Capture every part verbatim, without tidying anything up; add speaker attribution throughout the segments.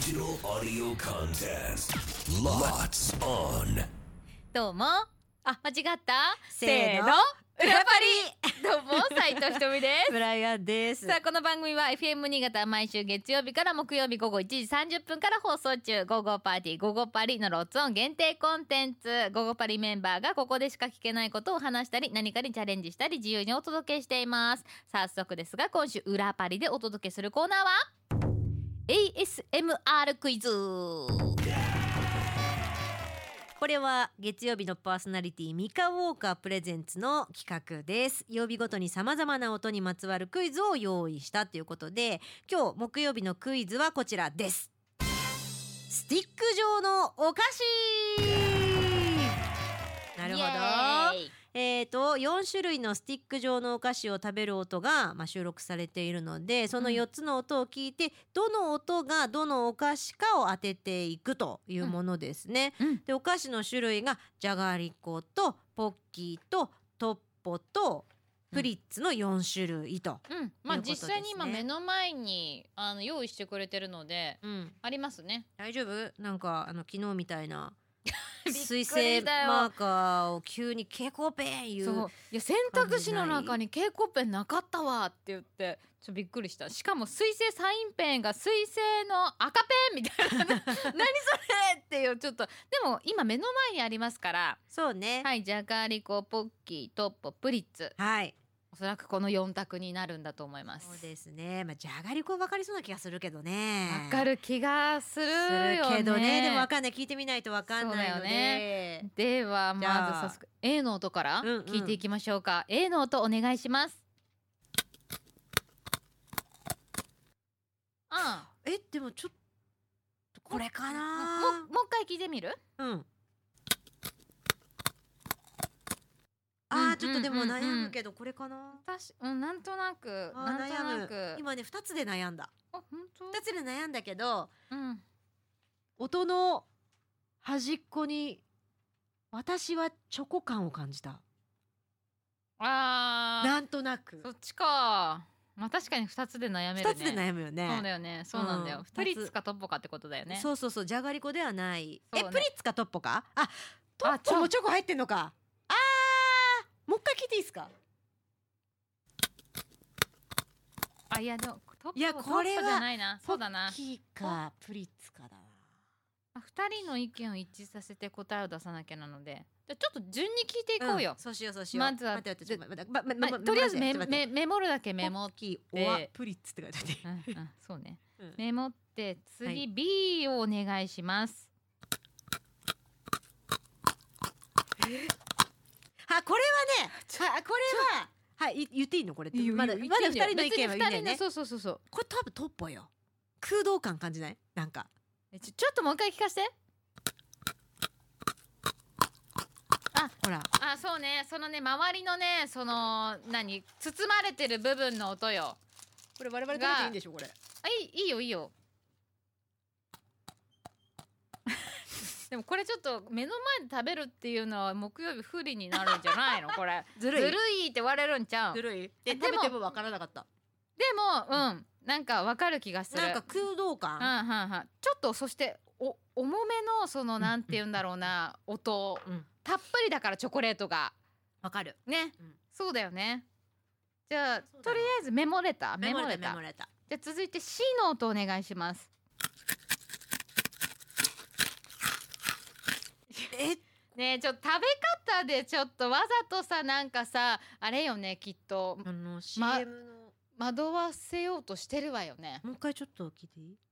Speaker 1: Digital audio contest. Lots on.
Speaker 2: どうも、あ、間違った。
Speaker 3: せーの、
Speaker 2: 裏パリ。どうも、斉藤ひとみです
Speaker 3: ブライアンです。
Speaker 2: さあ、この番組は エフエム 新潟毎週月曜日から木曜日午後いちじさんじゅっぷんから放送中。ゴーゴーパーティーゴーゴーパリのロッツオン限定コンテンツ。ゴーゴーパリメンバーがここでしか聞けないことを話したり、何かにチャレンジしたり自由にお届けしています。早速ですが、今週裏パリでお届けするコーナーは エーエスエムアール クイズ。
Speaker 3: これは月曜日のパーソナリティミカウォーカープレゼンツの企画です。曜日ごとに様々な音にまつわるクイズを用意したということで、今日木曜日のクイズはこちらです。スティック状のお菓子。なるほど。えーとよんしゅるいのスティック状のお菓子を食べる音が、まあ、収録されているので、そのよっつの音を聞いて、うん、どの音がどのお菓子かを当てていくというものですね、うん、でお菓子の種類がじゃがりことポッキーとトッポとプリッツのよんしゅるいと、
Speaker 2: うん、まあ実際に今目の前にあの用意してくれてるので、うん、ありますね。
Speaker 3: 大丈夫？なんかあの昨日みたいな水性マーカーを急に蛍光ペン言う。そう
Speaker 2: いや、選択肢の中に蛍光ペンなかったわって言ってちょっとびっくりした。しかも水性サインペンが水性の赤ペンみたいな何それっていう、ちょっとでも今目の前にありますから。
Speaker 3: そうね。
Speaker 2: はい、じゃがりこ、ポッキー、トッポ、プリッツ、はい、おそらくこのよん択になるんだと思います。
Speaker 3: そうですね、まあ、じゃがりこ分かりそうな気がするけどね。
Speaker 2: 分かる気がするよね。
Speaker 3: けどね、でも分かんない、聞いてみないと分かんないので、
Speaker 2: ね、ではまず早速 A の音から聞いていきましょうか、うんうん、A の音お願いします。ああ、
Speaker 3: え、でもちょっとこれかな。
Speaker 2: も, もう一回聞いてみる。うん。
Speaker 3: あー、ちょっとでも悩むけど、これかな。
Speaker 2: 私、うん、なんとなくなんとなく
Speaker 3: 今ねふたつで悩んだ。
Speaker 2: あ、本当？
Speaker 3: ふたつで悩んだけど、
Speaker 2: うん、
Speaker 3: 音の端っこに私はチョコ感を感じた。
Speaker 2: あー、
Speaker 3: なんとなく
Speaker 2: そっちか。まあ確かにふたつで悩めるね。
Speaker 3: ふたつで悩むよね。
Speaker 2: そうだよね、そうなんだよ、うん、プリッツかトッポかってことだよね。
Speaker 3: そうそうそう、じゃがりこではない、ね、え、プリッツかトッポか。あ、トッ
Speaker 2: ポ
Speaker 3: もチョコ入ってんのか。あー、もう一回聞いていいですか。
Speaker 2: あ、いやでもトッポ、
Speaker 3: いやこれは
Speaker 2: じゃないな。そうだな、
Speaker 3: ポッキーかプリッツかだな。
Speaker 2: ふたりの意見を一致させて答えを出さなきゃなので、じゃちょっと順に聞いていこうよ、うん、
Speaker 3: そうしようそうしよう。
Speaker 2: まずは
Speaker 3: 待って待って待って、ままま
Speaker 2: とりあえずメメメモるだけメモって、ポッ
Speaker 3: キーオアプリッツって書いてあって、
Speaker 2: うんうん、そうね、うん、メモって次、はい、B をお願いします。
Speaker 3: えあ、これはね、あ、これははい、言っていいのこれって。まだまだふたりの意見はいいんだよね。
Speaker 2: そうそうそうそう。
Speaker 3: これ多分トッポよ。空洞感感じない？なんか
Speaker 2: ちょ、ちょっともう一回聞かせて。あ、
Speaker 3: ほら、
Speaker 2: あ、そうね、そのね、周りのね、その何包まれてる部分の音よ。
Speaker 3: これ我々食べていいんでしょこれ。
Speaker 2: あ、いい、いいよいいよでもこれちょっと目の前で食べるっていうのは木曜日不利になるんじゃないのこれ。
Speaker 3: ずるい
Speaker 2: ずるいって言われるんちゃう。
Speaker 3: ずるい。で食べても分からなかった。
Speaker 2: でも、うん、なんか分かる気がする。
Speaker 3: なんか空洞感、
Speaker 2: うんうんうん、ちょっとそしてお重めのそのなんて言うんだろうな音、うん、たっぷりだからチョコレートが
Speaker 3: 分かる
Speaker 2: ね、うん、そうだよね。じゃあとりあえずメモれたメモれたメモれた。じゃあ続いて C の音お願いします。
Speaker 3: え
Speaker 2: ねえ、ちょっと食べ方でちょっとわざとさ、なんかさあれよね、きっと
Speaker 3: あの シーエム の、
Speaker 2: ま、惑わせようとしてるわよね。
Speaker 3: もう一回ちょっと聞いていい？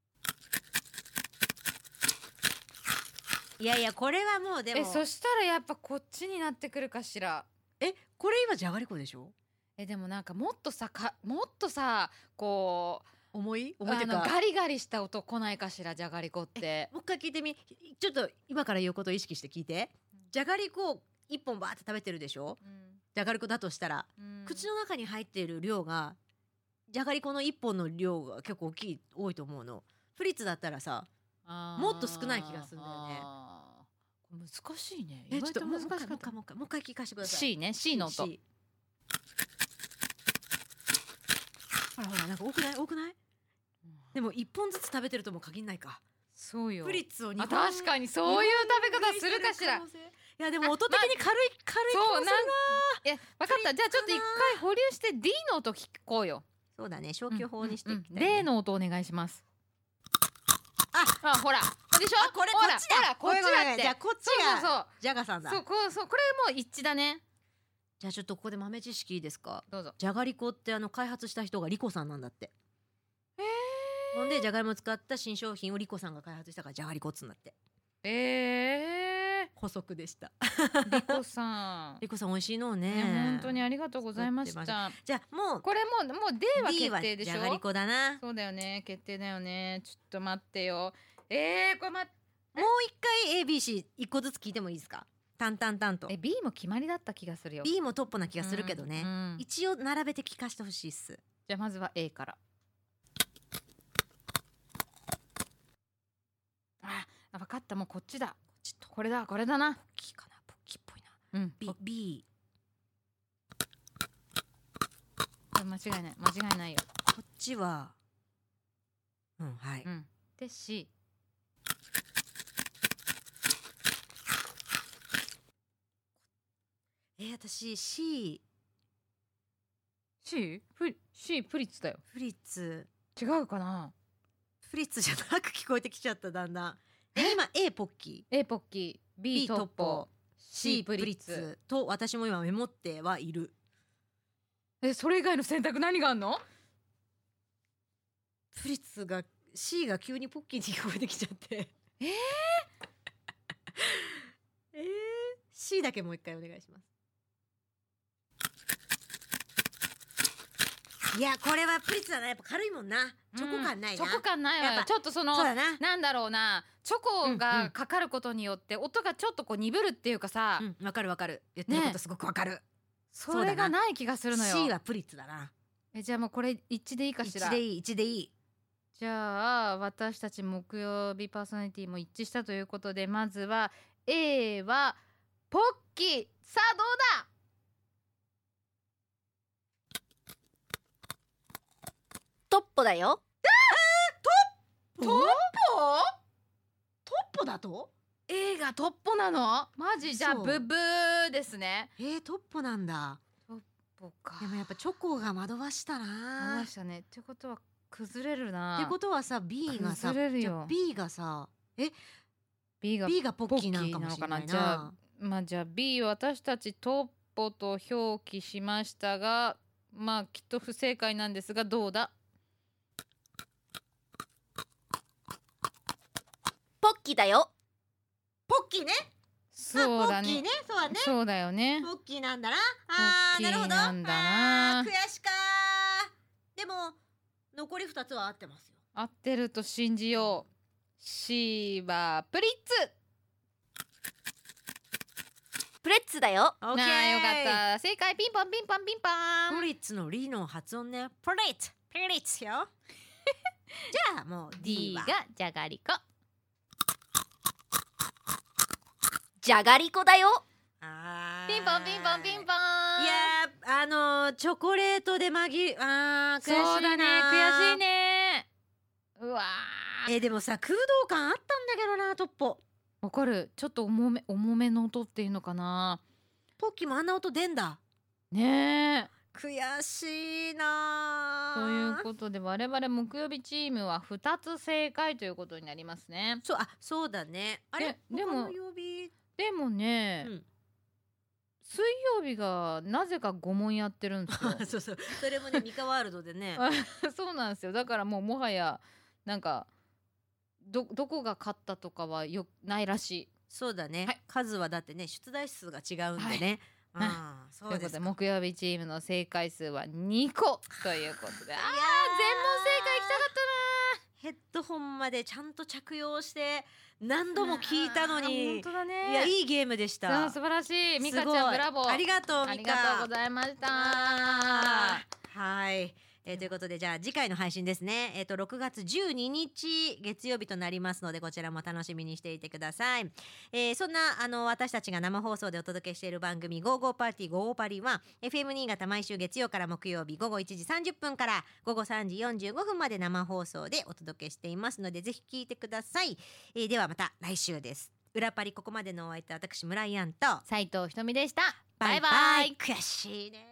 Speaker 3: いやいや、これはもうでも
Speaker 2: え、そしたらやっぱこっちになってくるかしら。
Speaker 3: え、これ今じゃがりこでしょ？
Speaker 2: え、でもなんかもっとさかもっとさこう
Speaker 3: 重い重い
Speaker 2: あのガリガリした音来ないかしら、じゃがりこって。
Speaker 3: もう一回聞いてみ。ちょっと今から言うことを意識して聞いて、うん、じゃがりこを一本バーって食べてるでしょ、うん、じゃがりこだとしたら、うん、口の中に入っている量がじゃがりこの一本の量が結構大きい多いと思うの。プリッツだったらさもっと少ない気がするんだよね。
Speaker 2: 難しいね。
Speaker 3: え、ちょっと難しかった。もう一回もう一回聞かせてください。
Speaker 2: C ね、 C の音。
Speaker 3: C。 ほらほら、なんか多くない多くない？ でも一本ずつ食べてるとも限んないか。
Speaker 2: そうよ。
Speaker 3: プリッツをにほん
Speaker 2: あ、確かにそういう食べ方するかしら。
Speaker 3: いやでも音的に軽い軽い気
Speaker 2: そうなん
Speaker 3: もするな。
Speaker 2: いや、分かった。じゃあちょっと一回保留して D の音聞こうよ。
Speaker 3: そうだね、消去法にしていきたい、ね。
Speaker 2: うんうんうん、例の音お願いします。
Speaker 3: あ、
Speaker 2: あ、ほら、でしょ。
Speaker 3: あ、これこ
Speaker 2: ほら
Speaker 3: っちだ。
Speaker 2: ほら、こっちだって。
Speaker 3: じゃあこっち
Speaker 2: そう
Speaker 3: が
Speaker 2: そうそう
Speaker 3: ジャガさんだ。
Speaker 2: そうこうそうこれもう一致だね。
Speaker 3: じゃあちょっとここで豆知識いいですか。
Speaker 2: どうぞ。
Speaker 3: じゃがりこってあの開発した人がリコさんなんだって。
Speaker 2: えー、
Speaker 3: ほんでじゃがいもを使った新商品をリコさんが開発したからじゃがりこっつうんだって。
Speaker 2: えー、
Speaker 3: 補足でした。
Speaker 2: リコさん。
Speaker 3: リコさん美味しいのね。
Speaker 2: ね、本当にありがとうございました。
Speaker 3: じゃあもう
Speaker 2: これもうもう D は決定でしょ。
Speaker 3: じゃがりこだな。
Speaker 2: そうだよね、決定だよね。ちょっと待ってよ。えー、これ待って。
Speaker 3: もう一回 エービーシー 一個ずつ聞いてもいいですか。タンタンタンと。
Speaker 2: え B も決まりだった気がするよ。
Speaker 3: B もトップな気がするけどね、
Speaker 2: うんうん、
Speaker 3: 一応並べて聞かせてほしいっす。
Speaker 2: じゃあまずは A から。あ、分かった。もうこっちだ。こっちとこれだこれだな。
Speaker 3: ポッキーかな。ポッキーっぽいな。
Speaker 2: うん。
Speaker 3: B, B
Speaker 2: 間違いない間違いないよ。
Speaker 3: こっちはうんはい、
Speaker 2: うん、で C。
Speaker 3: えー、私 C
Speaker 2: C プ C プリッツだよ。
Speaker 3: フリッツ
Speaker 2: 違うかな。
Speaker 3: フリッツじゃなく聞こえてきちゃった。だんだんえ今 A ポッキー
Speaker 2: A ポッキー B トッポ C プリッツ
Speaker 3: と私も今メモってはいる。
Speaker 2: え、それ以外の選択何があんの。
Speaker 3: フリッツが C が急にポッキーに聞こえてきちゃって
Speaker 2: えー、
Speaker 3: えー、C だけもう一回お願いします。いやこれはプリッツだな。やっぱ軽いもんな。チョコ感ないな、
Speaker 2: うん、チョコ感ないわよ。
Speaker 3: やっぱ
Speaker 2: ちょっとその
Speaker 3: そうだな。
Speaker 2: なんだろうな、チョコがかかることによって音がちょっとこう鈍るっていうかさ、
Speaker 3: うん、わかるわかる。言ってることすごくわかる、ね、
Speaker 2: それがない気がするのよ。
Speaker 3: C はプリッツだな。
Speaker 2: え、じゃあもうこれ一致でいいかしら。
Speaker 3: 一致でいい一致でいい。
Speaker 2: じゃあ私たち木曜日パーソナリティも一致したということで、まずは A はポッキー。さあどうだ。
Speaker 3: トッポだよ。
Speaker 2: トッポ？
Speaker 3: トッポだと
Speaker 2: A がトッポなの？マジ？じゃあ
Speaker 3: そう
Speaker 2: ブブーですね。
Speaker 3: えー、トッポなんだ。
Speaker 2: トッポか。
Speaker 3: でもやっぱチョコが惑わしたな。
Speaker 2: 惑わしたね。ってことは崩れるな。
Speaker 3: ってことはさ B がさ
Speaker 2: 崩れるよ。
Speaker 3: じゃあ B がさえ
Speaker 2: B が
Speaker 3: B がポッキーなんかもしれないな。
Speaker 2: じゃあまあじゃあ B 私たちトッポと表記しましたが、まあきっと不正解なんですが、どうだ。
Speaker 3: ポッキーだよ。ポッキーね。
Speaker 2: そうだね。
Speaker 3: ポッキーね。そうだね。
Speaker 2: そうだよね。
Speaker 3: ポッキーなんだな。あー、なるほど。
Speaker 2: なんだな。
Speaker 3: あー、悔しかー。でも残りふたつは合ってますよ。
Speaker 2: 合ってると信じよう。C はプリッツ。
Speaker 3: プレッツだよ。
Speaker 2: オッケー、よかった。正解。ピンポンピンポンピンポン。
Speaker 3: プリッツのリの発音ね。プリッツプリッツよ。じゃあもう D
Speaker 2: D
Speaker 3: は
Speaker 2: がじゃがりこ。
Speaker 3: じゃがりこだよ。あ
Speaker 2: ピンポンピンポンピンポン。い
Speaker 3: いやー、あのー、チョコレートで紛れあー悔しいな。
Speaker 2: そうだね、悔しいね。うわー、
Speaker 3: えー、でもさ空洞感あったんだけどな。トッポ
Speaker 2: わかる。ちょっと重め重めの音っていうのかな。
Speaker 3: ポッキーもあんな音出んだ
Speaker 2: ねえ。
Speaker 3: 悔しいな。
Speaker 2: ということで我々木曜日チームはふたつ正解ということになりますね。
Speaker 3: そう、あ、そうだね。あれ
Speaker 2: でも
Speaker 3: 他の曜日
Speaker 2: でもね、
Speaker 3: うん
Speaker 2: 水曜日がなぜかご問やってるんですよ。
Speaker 3: そうそう、それもねミカワールドでね
Speaker 2: そうなんですよ。だからもうもはやなんかどどこが勝ったとかはよないらしい。
Speaker 3: そうだね、
Speaker 2: はい、
Speaker 3: 数はだってね出題数が違うんでね、
Speaker 2: はい、
Speaker 3: あー、そう
Speaker 2: ということで
Speaker 3: ですか。
Speaker 2: 木曜日チームの正解数はにこということで、あー、全問正解いきたかったな。
Speaker 3: ヘッドホンまでちゃんと着用して何度も聞いたのに、
Speaker 2: 本当だね。
Speaker 3: いやいいゲームでし
Speaker 2: さ
Speaker 3: た。
Speaker 2: あ素晴らしい。ミカち
Speaker 3: すごい
Speaker 2: ゃんブラボー。
Speaker 3: ありがとう
Speaker 2: あり
Speaker 3: ミカ。
Speaker 2: がとうございました。
Speaker 3: あーはい、 えー、ということでじゃあ次回の配信ですね、えー、とろくがつじゅうににち月曜日となりますのでこちらも楽しみにしていてください。えー、そんなあの私たちが生放送でお届けしている番組ゴーゴーパーティーゴーゴーパリは エフエム 新潟毎週月曜から木曜日午後いちじさんじゅっぷんから午後さんじよんじゅうごふんまで生放送でお届けしていますのでぜひ聞いてください。えー、ではまた来週です。裏パリここまでのお相手は私村井杏と
Speaker 2: 斉藤ひとみでした。
Speaker 3: バイバイ。
Speaker 2: バイバイ。
Speaker 3: 悔しいね。